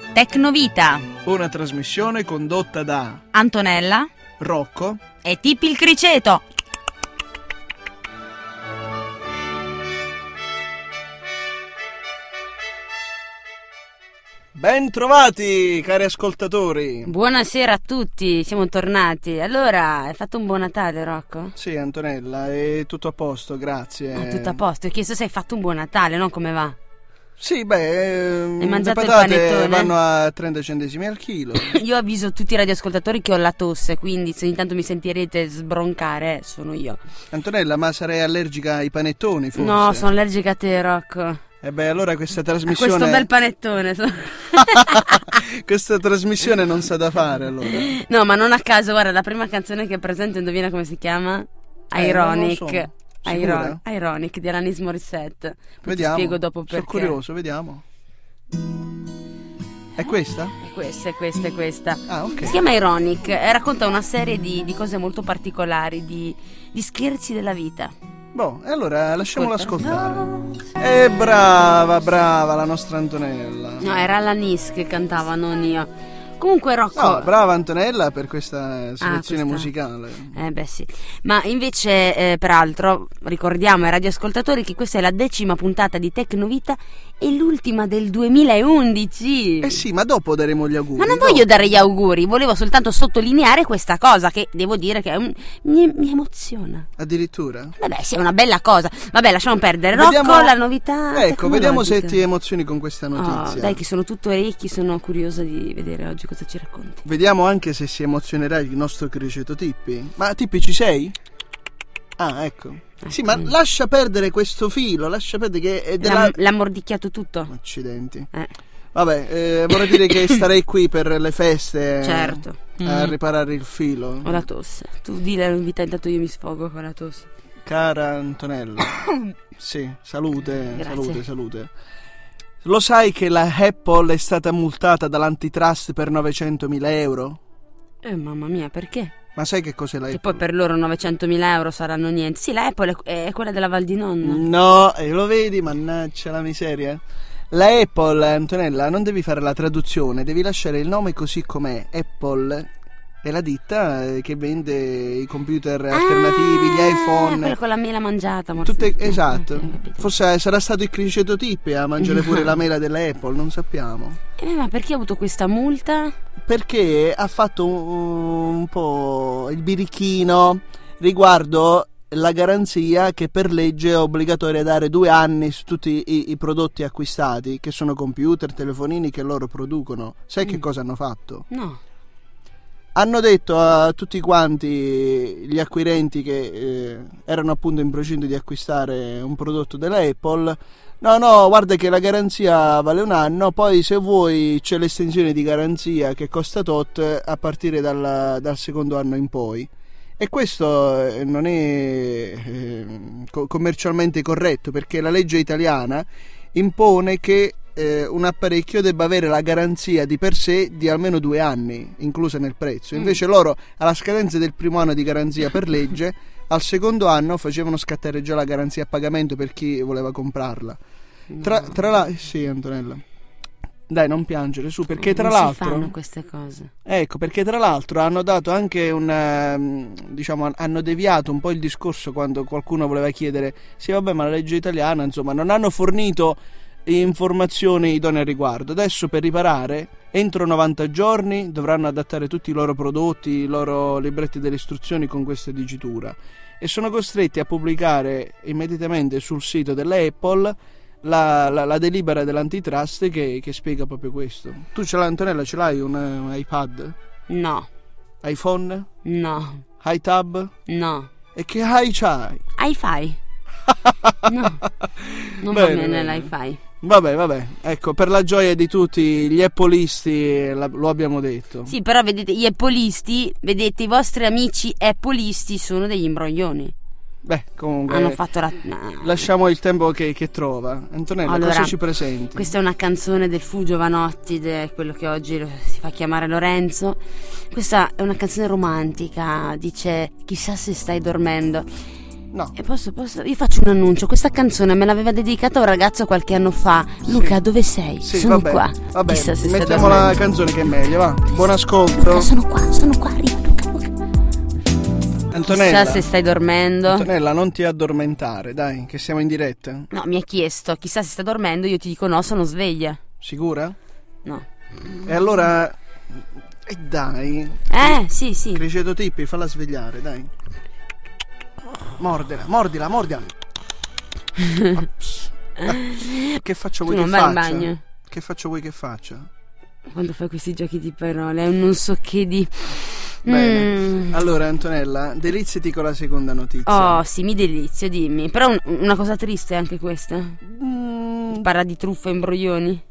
Tecnovita, una trasmissione condotta da Antonella Rocco e Tippi il Criceto. Ben trovati, cari ascoltatori. Buonasera a tutti, siamo tornati. Allora, hai fatto un buon Natale, Rocco? Sì, Antonella, è tutto a posto, grazie. Tutto a posto, ho chiesto se hai fatto un buon Natale, no? Come va? Sì, beh, Hai mangiato le il patate panettone? vanno a 30 centesimi al chilo. Io avviso tutti i radioascoltatori che ho la tosse, quindi se ogni tanto mi sentirete sbroncare, sono io. Antonella, ma sarei allergica ai panettoni, forse? No, sono allergica a te, Rocco. E beh, allora questa A trasmissione... questo bel panettone. Questa trasmissione non sa da fare, allora. No, ma non a caso, guarda, la prima canzone che presento, indovina come si chiama? Ironic. Non lo so. Sicura? Ironic di Alanis Morissette. Poi Vediamo. ti spiego dopo perché. Sono curioso, vediamo. È questa? È questa. Ah, ok. Si chiama Ironic e racconta una serie di cose molto particolari, di scherzi della vita. Boh, e allora lasciamola ascoltare. Brava la nostra Antonella. No, era Alanis che cantava, non io. Comunque, Rocco. No, brava Antonella per questa selezione questa. musicale. Beh sì. Ma invece, peraltro, ricordiamo ai radioascoltatori che questa è la 10ª puntata di Tecnovita e l'ultima del 2011. Eh sì, ma dopo daremo gli auguri. Ma non voglio dare gli auguri, volevo soltanto sottolineare questa cosa che devo dire che mi emoziona. Addirittura? Vabbè, sì, è una bella cosa. Vabbè, lasciamo perdere. Vediamo... Rocco, la novità. Ecco, vediamo se ti emozioni con questa notizia. Oh, dai, che sono tutto orecchi, sono curiosa di vedere oggi cosa ci racconti. Vediamo anche se si emozionerà il nostro Criceto Tippi. Ma Tippi, ci sei? Ah, ecco. Sì, ma lascia perdere questo filo, lascia perdere che è della... L'ha mordicchiato tutto. Accidenti. Vabbè, vorrei dire che starei qui per le feste. Certo. A riparare il filo. Ho la tosse. Tu di la novità, intanto io mi sfogo con la tosse. Cara Antonella. Sì, salute. Grazie. Salute. Lo sai che la Apple è stata multata dall'antitrust per 900.000 euro? Mamma mia, perché? Ma sai che cos'è la Che Apple? poi per loro 900.000 euro saranno niente. Sì, la Apple è quella della Val di Nonna. No, lo vedi, mannaggia la miseria. La Apple, Antonella, non devi fare la traduzione, devi lasciare il nome così com'è. Apple è la ditta che vende i computer alternativi, gli iPhone. Quella con la mela mangiata. Esatto. Forse sarà stato il Criceto Tippi a mangiare pure la mela della Apple, non sappiamo. Ma perché ha avuto questa multa? Perché ha fatto un po' il birichino riguardo la garanzia che per legge è obbligatoria dare 2 anni su tutti i prodotti acquistati, che sono computer, telefonini che loro producono. Sai che cosa hanno fatto? No. Hanno detto a tutti quanti gli acquirenti che erano appunto in procinto di acquistare un prodotto della Apple: no, guarda che la garanzia vale 1 anno, poi se vuoi c'è l'estensione di garanzia che costa tot a partire dal 2° anno in poi. E questo non è commercialmente corretto, perché la legge italiana impone che un apparecchio debba avere la garanzia di per sé di almeno 2 anni inclusa nel prezzo. Invece loro, alla scadenza del 1° anno di garanzia per legge, al 2° anno facevano scattare già la garanzia a pagamento per chi voleva comprarla. Sì, Antonella, dai, non piangere, su, perché tra l'altro si fanno queste cose. Ecco, perché tra l'altro hanno dato anche hanno deviato un po' il discorso quando qualcuno voleva chiedere: sì, vabbè, ma la legge italiana, insomma, non hanno fornito informazioni idonee al riguardo. Adesso, per riparare, entro 90 giorni dovranno adattare tutti i loro prodotti, i loro libretti delle istruzioni con questa dicitura, e sono costretti a pubblicare immediatamente sul sito della Apple la delibera dell'antitrust che spiega proprio questo. Tu ce l'hai, Antonella, ce l'hai un iPad? No. iPhone? No. iTab? No. E che c'hai? Hi-Fi? No, non va bene l'Hi-Fi. Vabbè, ecco, per la gioia di tutti gli appolisti lo abbiamo detto. Sì, però vedete, gli appolisti, vedete, i vostri amici appolisti sono degli imbroglioni. Beh, comunque hanno fatto lasciamo il tempo che trova. Antonella, allora, cosa ci presenti? Questa è una canzone del Fu Giovanotti, quello che oggi si fa chiamare Lorenzo. Questa è una canzone romantica, dice: chissà se stai dormendo. No. E posso, io faccio un annuncio. Questa canzone me l'aveva dedicata un ragazzo qualche anno fa. Luca, dove sei? Sì, sono vabbè, qua. Vabbè, Chissà se mettiamo la canzone che è meglio, va. Buon ascolto. Luca, sono qua, arriva, Luca. Antonella. Chissà se stai dormendo. Antonella, non ti addormentare, dai, che siamo in diretta. No, mi ha chiesto, chissà se sta dormendo, io ti dico no, sono sveglia. Sicura? No. E allora... dai. Sì. Criceto Tippi, falla svegliare, dai. Mordila. Ops. Che faccio vuoi Tu che non vai in faccia? bagno? Che faccio vuoi che faccia? Quando fai questi giochi di parole, è un non so che di... Bene. Allora, Antonella, deliziati con la seconda notizia. Oh, sì, mi delizio, dimmi. Però una cosa triste è anche questa. Parla di truffe e imbroglioni.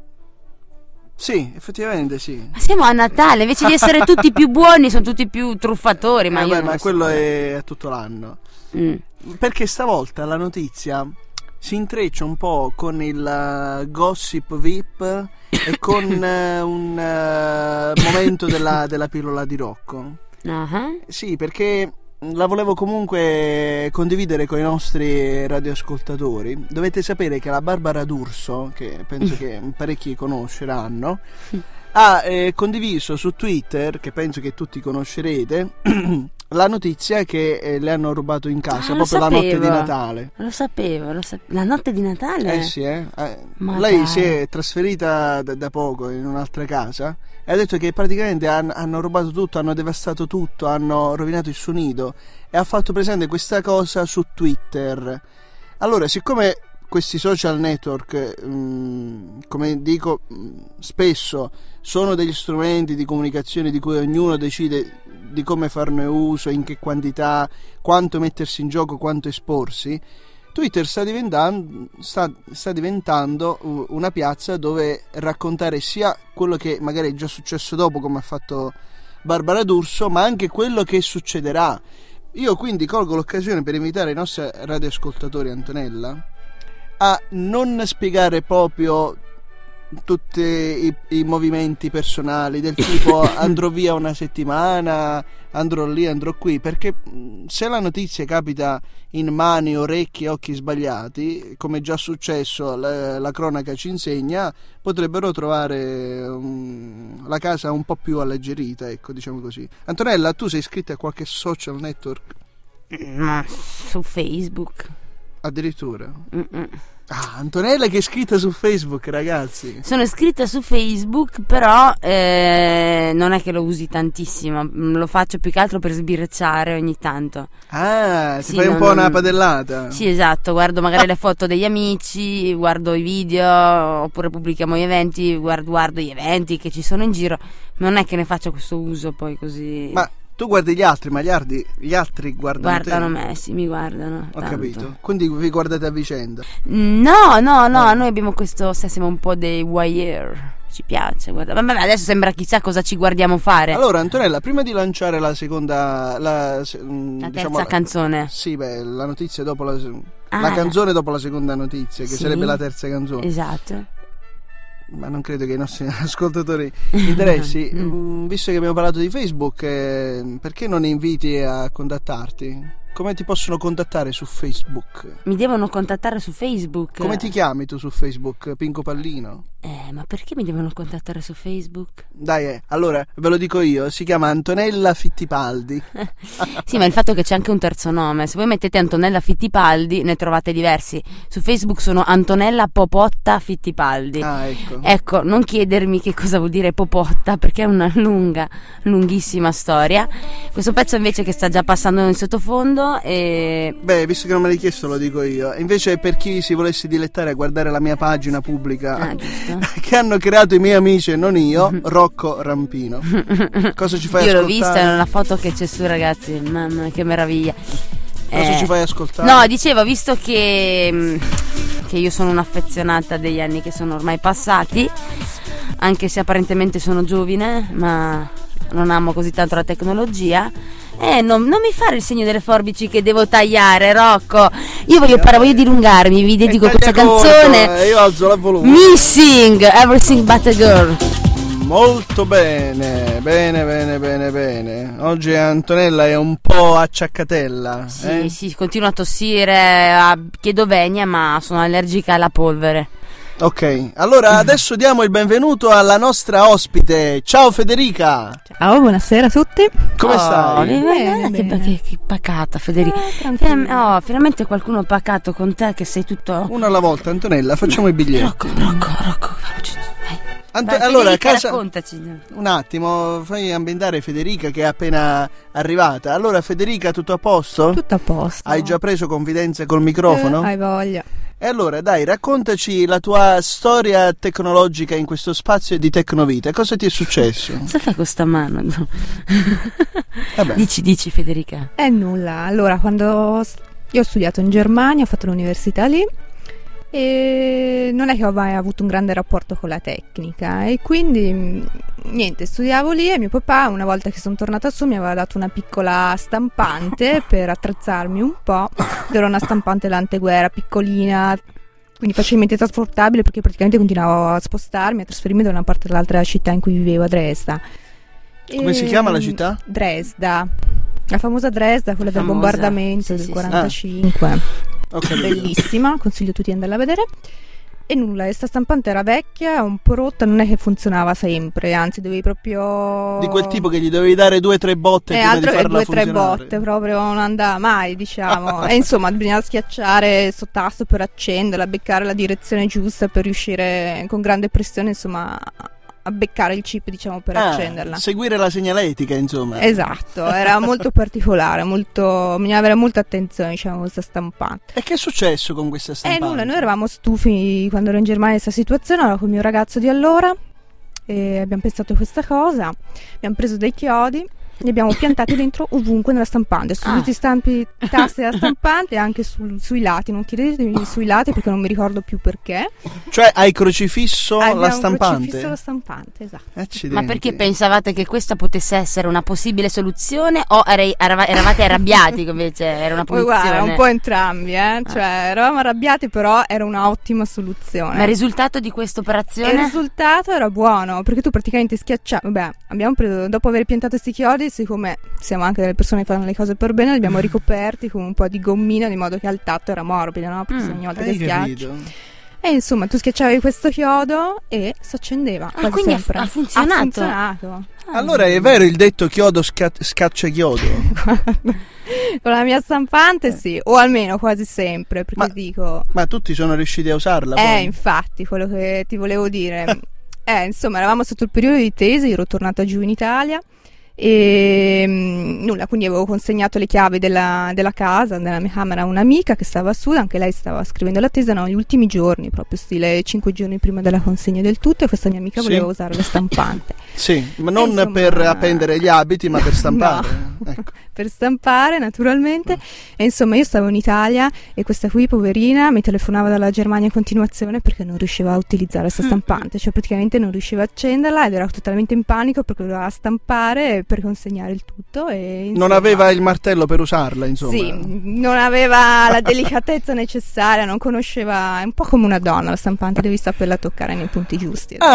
Sì, effettivamente sì. Ma siamo a Natale, invece di essere tutti più buoni, sono tutti più truffatori. Ma io non ma lo quello so. è tutto l'anno. Perché stavolta la notizia si intreccia un po' con il gossip VIP e con un momento della pillola di Rocco. Sì, perché la volevo comunque condividere con i nostri radioascoltatori. Dovete sapere che la Barbara D'Urso, che penso che parecchi conosceranno, ha condiviso su Twitter, che penso che tutti conoscerete, la notizia che le hanno rubato in casa proprio la notte di Natale. Lo sapevo. La notte di Natale? Sì, Ma lei dai. si è trasferita da poco in un'altra casa e ha detto che praticamente hanno rubato tutto, hanno devastato tutto, hanno rovinato il suo nido e ha fatto presente questa cosa su Twitter. Allora, siccome questi social network, come dico spesso, sono degli strumenti di comunicazione di cui ognuno decide di come farne uso, in che quantità, quanto mettersi in gioco, quanto esporsi, Twitter sta diventando una piazza dove raccontare sia quello che magari è già successo dopo, come ha fatto Barbara D'Urso, ma anche quello che succederà. Io quindi colgo l'occasione per invitare i nostri radioascoltatori, Antonella, a non spiegare proprio tutti i movimenti personali del tipo andrò via una settimana, andrò lì, andrò qui, perché se la notizia capita in mani, orecchi e occhi sbagliati, come è già successo, la cronaca ci insegna, potrebbero trovare la casa un po' più alleggerita, ecco, diciamo così. Antonella, tu sei iscritta a qualche social network? Su Facebook. Addirittura? Antonella che è iscritta su Facebook, ragazzi. Sono iscritta su Facebook, però non è che lo usi tantissimo, lo faccio più che altro per sbirciare ogni tanto. Ti fai un po' una padellata. Sì, esatto, guardo magari le foto degli amici, guardo i video, oppure pubblichiamo gli eventi, guardo gli eventi che ci sono in giro, ma non è che ne faccio questo uso poi così. Ma tu guardi gli altri, ma gli altri guardano me, sì, mi guardano. Ho tanto. Capito. Quindi vi guardate a vicenda. No, noi abbiamo questo, siamo un po' dei voyeur. Ci piace, guarda. Ma adesso sembra chissà cosa ci guardiamo fare. Allora, Antonella, prima di lanciare la seconda, la terza canzone. Sì, la notizia dopo la canzone dopo la seconda notizia, che sarebbe la terza canzone. Esatto. Ma non credo che i nostri ascoltatori interessi. Visto che abbiamo parlato di Facebook, perché non inviti a contattarti? Come ti possono contattare su Facebook? Mi devono contattare su Facebook? Come ti chiami tu su Facebook? Pinco Pallino? Ma perché mi devono contattare su Facebook? Dai, allora ve lo dico io, si chiama Antonella Fittipaldi. Sì, ma il fatto è che c'è anche un terzo nome. Se voi mettete Antonella Fittipaldi ne trovate diversi. Su Facebook sono Antonella Popotta Fittipaldi. Ecco, non chiedermi che cosa vuol dire Popotta, perché è una lunghissima storia. Questo pezzo invece che sta già passando in sottofondo Beh, visto che non me l'hai chiesto lo dico io. Invece, per chi si volesse dilettare a guardare la mia pagina pubblica che hanno creato i miei amici e non io, Rocco Rampino. Cosa ci fai ascoltare? Io l'ho vista, è una foto che c'è su, ragazzi. Mamma, che meraviglia. Cosa ci fai ascoltare? No, dicevo, visto che io sono un'affezionata degli anni che sono ormai passati, anche se apparentemente sono giovane, ma non amo così tanto la tecnologia. Non mi fare il segno delle forbici che devo tagliare, Rocco. Io voglio dilungarmi, vi dedico questa canzone. Io alzo la volume. Missing Everything But a Girl. molto bene. Bene. Oggi Antonella è un po' acciaccatella. Sì, continuo a tossire, chiedo venia, ma sono allergica alla polvere. Ok, allora adesso diamo il benvenuto alla nostra ospite. Ciao Federica. Ciao, buonasera a tutti. Come stai? Che pacata, Federica. Finalmente qualcuno pacato con te, che sei tutto... Uno alla volta, Antonella, facciamo i biglietti. Rocco. Allora, raccontaci. Un attimo, fai ambientare Federica che è appena arrivata. Allora Federica, tutto a posto? Tutto a posto. Hai già preso confidenza col microfono? Hai voglia. E allora dai, raccontaci la tua storia tecnologica in questo spazio di Tecnovita. Cosa ti è successo? Cosa fai con sta mano? No. Vabbè. Dici Federica. Nulla. Allora, quando io ho studiato in Germania, ho fatto l'università lì e non è che ho mai avuto un grande rapporto con la tecnica e quindi niente, studiavo lì e mio papà, una volta che sono tornata su, mi aveva dato una piccola stampante per attrezzarmi un po'. Era una stampante dell'anteguerra piccolina, quindi facilmente trasportabile, perché praticamente continuavo a spostarmi, a trasferirmi da una parte all'altra della città in cui vivevo, a Dresda. Come si chiama la città? Dresda, la famosa Dresda, quella del bombardamento del 45. Bellissima, consiglio a tutti di andarla a vedere. E nulla, questa stampante era vecchia, un po' rotta, non è che funzionava sempre, anzi dovevi proprio... Di quel tipo che gli dovevi dare 2 o 3 botte prima di farla funzionare. 2 o 3 botte, proprio non andava mai, diciamo. E insomma, bisognava schiacciare sto tasto per accenderla, beccare la direzione giusta per riuscire con grande pressione, insomma, a beccare il chip, diciamo, per accenderla. Seguire la segnaletica, insomma. Esatto, era molto particolare, bisognava avere molta attenzione, diciamo, questa stampante. E che è successo con questa stampante? Nulla, noi eravamo stufi quando ero in Germania di questa situazione, ero con il mio ragazzo di allora e abbiamo pensato a questa cosa, abbiamo preso dei chiodi, li abbiamo piantati dentro ovunque nella stampante, su tutti i tasti della stampante e anche sui lati. Non chiedetemi sui lati perché non mi ricordo più perché. Cioè hai crocifisso la stampante? Crocifisso la stampante, esatto. Accidenti. Ma perché pensavate che questa potesse essere una possibile soluzione o eravate arrabbiati che invece era una punizione? Guarda, un po' entrambi, cioè eravamo arrabbiati, però era una ottima soluzione. Ma il risultato di questa operazione? Il risultato era buono, perché tu praticamente schiacciavi, abbiamo preso, dopo aver piantato questi chiodi, siccome siamo anche delle persone che fanno le cose per bene, li abbiamo ricoperti con un po' di gommina, di modo che al tatto era morbido, no? Perché ogni volta che schiacci. E insomma, tu schiacciavi questo chiodo e si accendeva. Quindi sempre. Ha funzionato. Ha funzionato. Allora è vero il detto chiodo scaccia chiodo? Con la mia stampante sì, o almeno quasi sempre, perché dico... Ma tutti sono riusciti a usarla poi? Infatti, quello che ti volevo dire. Insomma, eravamo sotto il periodo di tesi, ero tornata giù in Italia e nulla, quindi avevo consegnato le chiavi della casa, della mia camera, a un'amica che stava su, anche lei stava scrivendo la tesi, gli ultimi giorni, proprio stile 5 giorni prima della consegna del tutto, e questa mia amica voleva usare la stampante. Sì, ma non insomma, per appendere gli abiti, ma per stampare. No. Ecco. Per stampare naturalmente. E insomma io stavo in Italia e questa qui, poverina, mi telefonava dalla Germania in continuazione perché non riusciva a utilizzare questa stampante, cioè praticamente non riusciva a accenderla ed era totalmente in panico perché doveva stampare per consegnare il tutto e, insomma, non aveva il martello per usarla, insomma. Sì, non aveva la delicatezza necessaria, non conosceva, è un po' come una donna la stampante, devi saperla toccare nei punti giusti. Lo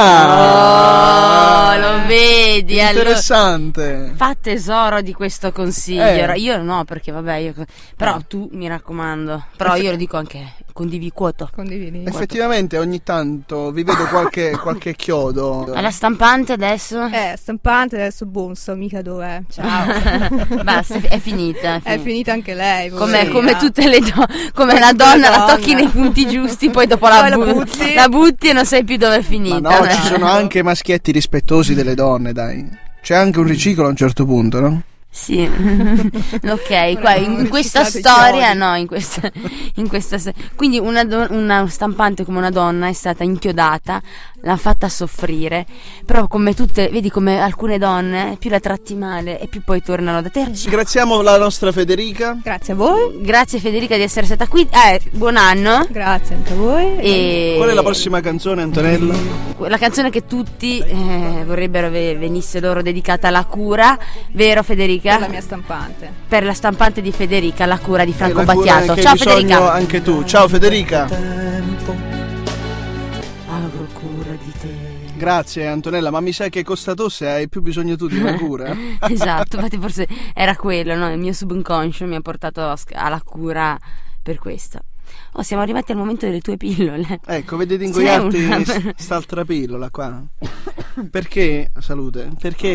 vedi, interessante. Allora, fa tesoro di questo consiglio. Io no, perché vabbè, però tu mi raccomando, però io lo dico anche, condividi. Effettivamente ogni tanto vi vedo qualche chiodo. Alla stampante adesso? Stampante adesso, non so mica dov'è. Ciao. Basta, è finita. È finita anche lei. Come tutte le come la donna la tocchi nei punti giusti, poi dopo la butti e non sai più dove è finita. Ma no, ci sono anche maschietti rispettosi delle donne, dai. C'è anche un riciclo a un certo punto, no? Sì, ok, qua in questa storia, no, in questa quindi una stampante come una donna è stata inchiodata, l'ha fatta soffrire, però come tutte, vedi come alcune donne più la tratti male e più poi tornano da te. Ringraziamo la nostra Federica. Grazie a voi. Grazie Federica di essere stata qui. Buon anno. Grazie anche a voi. Qual è la prossima canzone, Antonella? La canzone che tutti vorrebbero venisse loro dedicata alla cura, vero Federica? Per la mia stampante. Per la stampante di Federica, la cura di Franco Battiato. Ciao Federica. Anche tu. Ciao Federica. Avrò cura di te. Grazie Antonella, ma mi sa che con sta tosse hai più bisogno tu di una cura. Esatto, infatti forse era quello, no? Il mio subconscio mi ha portato alla cura per questo. Oh, siamo arrivati al momento delle tue pillole. Ecco, vedi di ingoiarti st'altra pillola qua. Perché, salute,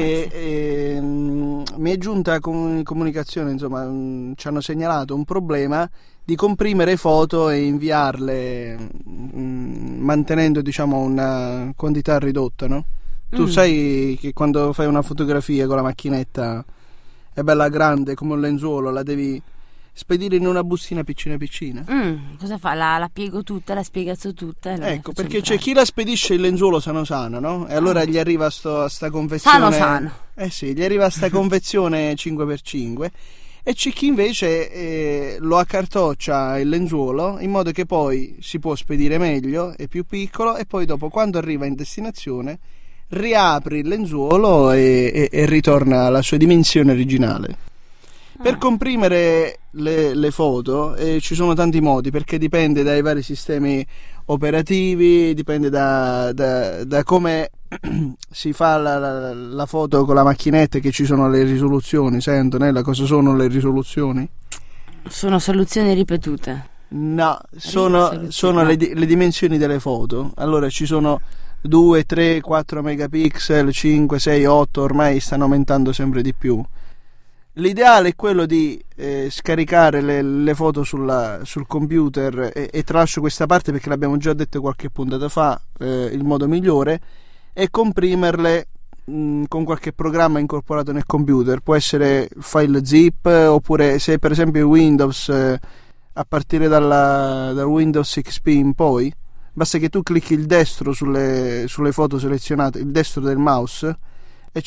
perché mi è giunta comunicazione, insomma, ci hanno segnalato un problema di comprimere foto e inviarle mantenendo, diciamo, una quantità ridotta, no? Tu sai che quando fai una fotografia con la macchinetta è bella grande come un lenzuolo, la devi spedire in una bustina piccina. Cosa fa? La piego tutta, la spiegazzo tutta. Ecco, perché c'è chi la spedisce il lenzuolo sano, no? E allora gli arriva sta confezione. Sano. Sì, gli arriva sta confezione 5x5. E c'è chi invece lo accartoccia il lenzuolo in modo che poi si può spedire meglio, è più piccolo, e poi dopo, quando arriva in destinazione, riapri il lenzuolo e ritorna alla sua dimensione originale. Per comprimere le foto ci sono tanti modi, perché dipende dai vari sistemi operativi, dipende da come si fa la foto con la macchinetta, che ci sono le risoluzioni. Sai Antonella cosa sono le risoluzioni? Sono soluzioni ripetute. No, sono le dimensioni delle foto. Allora ci sono 2, 3, 4 megapixel, 5, 6, 8, ormai stanno aumentando sempre di più. L'ideale è quello di scaricare le foto sul computer, e tralascio questa parte perché l'abbiamo già detto qualche puntata fa, il modo migliore è comprimerle con qualche programma incorporato nel computer. Può essere file zip, oppure se per esempio Windows, a partire dal Windows XP in poi, basta che tu clicchi il destro sulle foto selezionate, il destro del mouse, e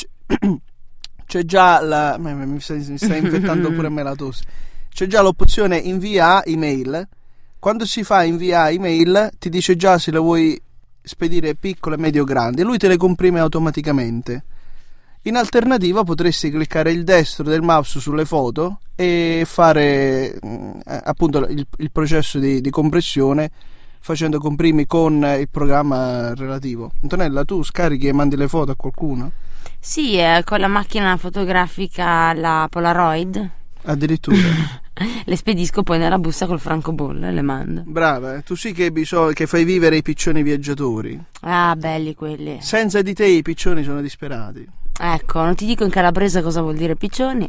c'è già mi sta infettando pure a me la tosse. C'è già l'opzione invia email. Quando si fa invia email ti dice già se le vuoi spedire piccole, medio, grandi, e lui te le comprime automaticamente. In alternativa potresti cliccare il destro del mouse sulle foto e fare appunto il processo di compressione, facendo comprimi con il programma relativo. Antonella, tu scarichi e mandi le foto a qualcuno? Sì, con la macchina fotografica, la Polaroid. Addirittura. Le spedisco poi nella busta col francobollo e le mando. Brava, tu sì che fai vivere i piccioni viaggiatori. Ah, belli quelli. Senza di te i piccioni sono disperati. Ecco, non ti dico in calabrese cosa vuol dire piccioni.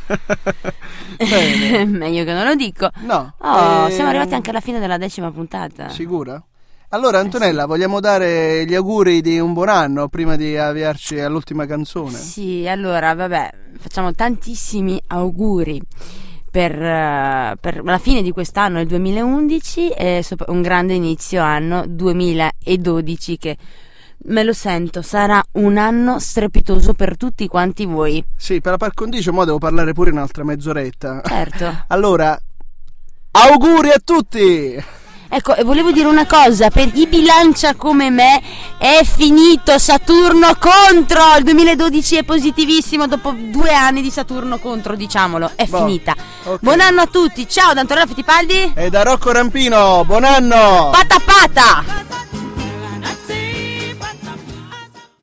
Meglio che non lo dico. No. Siamo arrivati anche alla fine della 10ª puntata. Sicura? Allora Antonella, sì, vogliamo dare gli auguri di un buon anno prima di avviarci all'ultima canzone? Sì, allora vabbè, facciamo tantissimi auguri per la fine di quest'anno, il 2011, e un grande inizio anno 2012 che, me lo sento, sarà un anno strepitoso per tutti quanti voi. Sì, per la par condicio, mo devo parlare pure un'altra mezz'oretta. Certo. Allora, auguri a tutti! Ecco, e volevo dire una cosa, per chi bilancia come me è finito Saturno contro, il 2012 è positivissimo dopo 2 anni di Saturno contro, diciamolo, è finita. Okay. Buon anno a tutti, ciao da Antonella Fittipaldi e da Rocco Rampino, buon anno! Pata pata!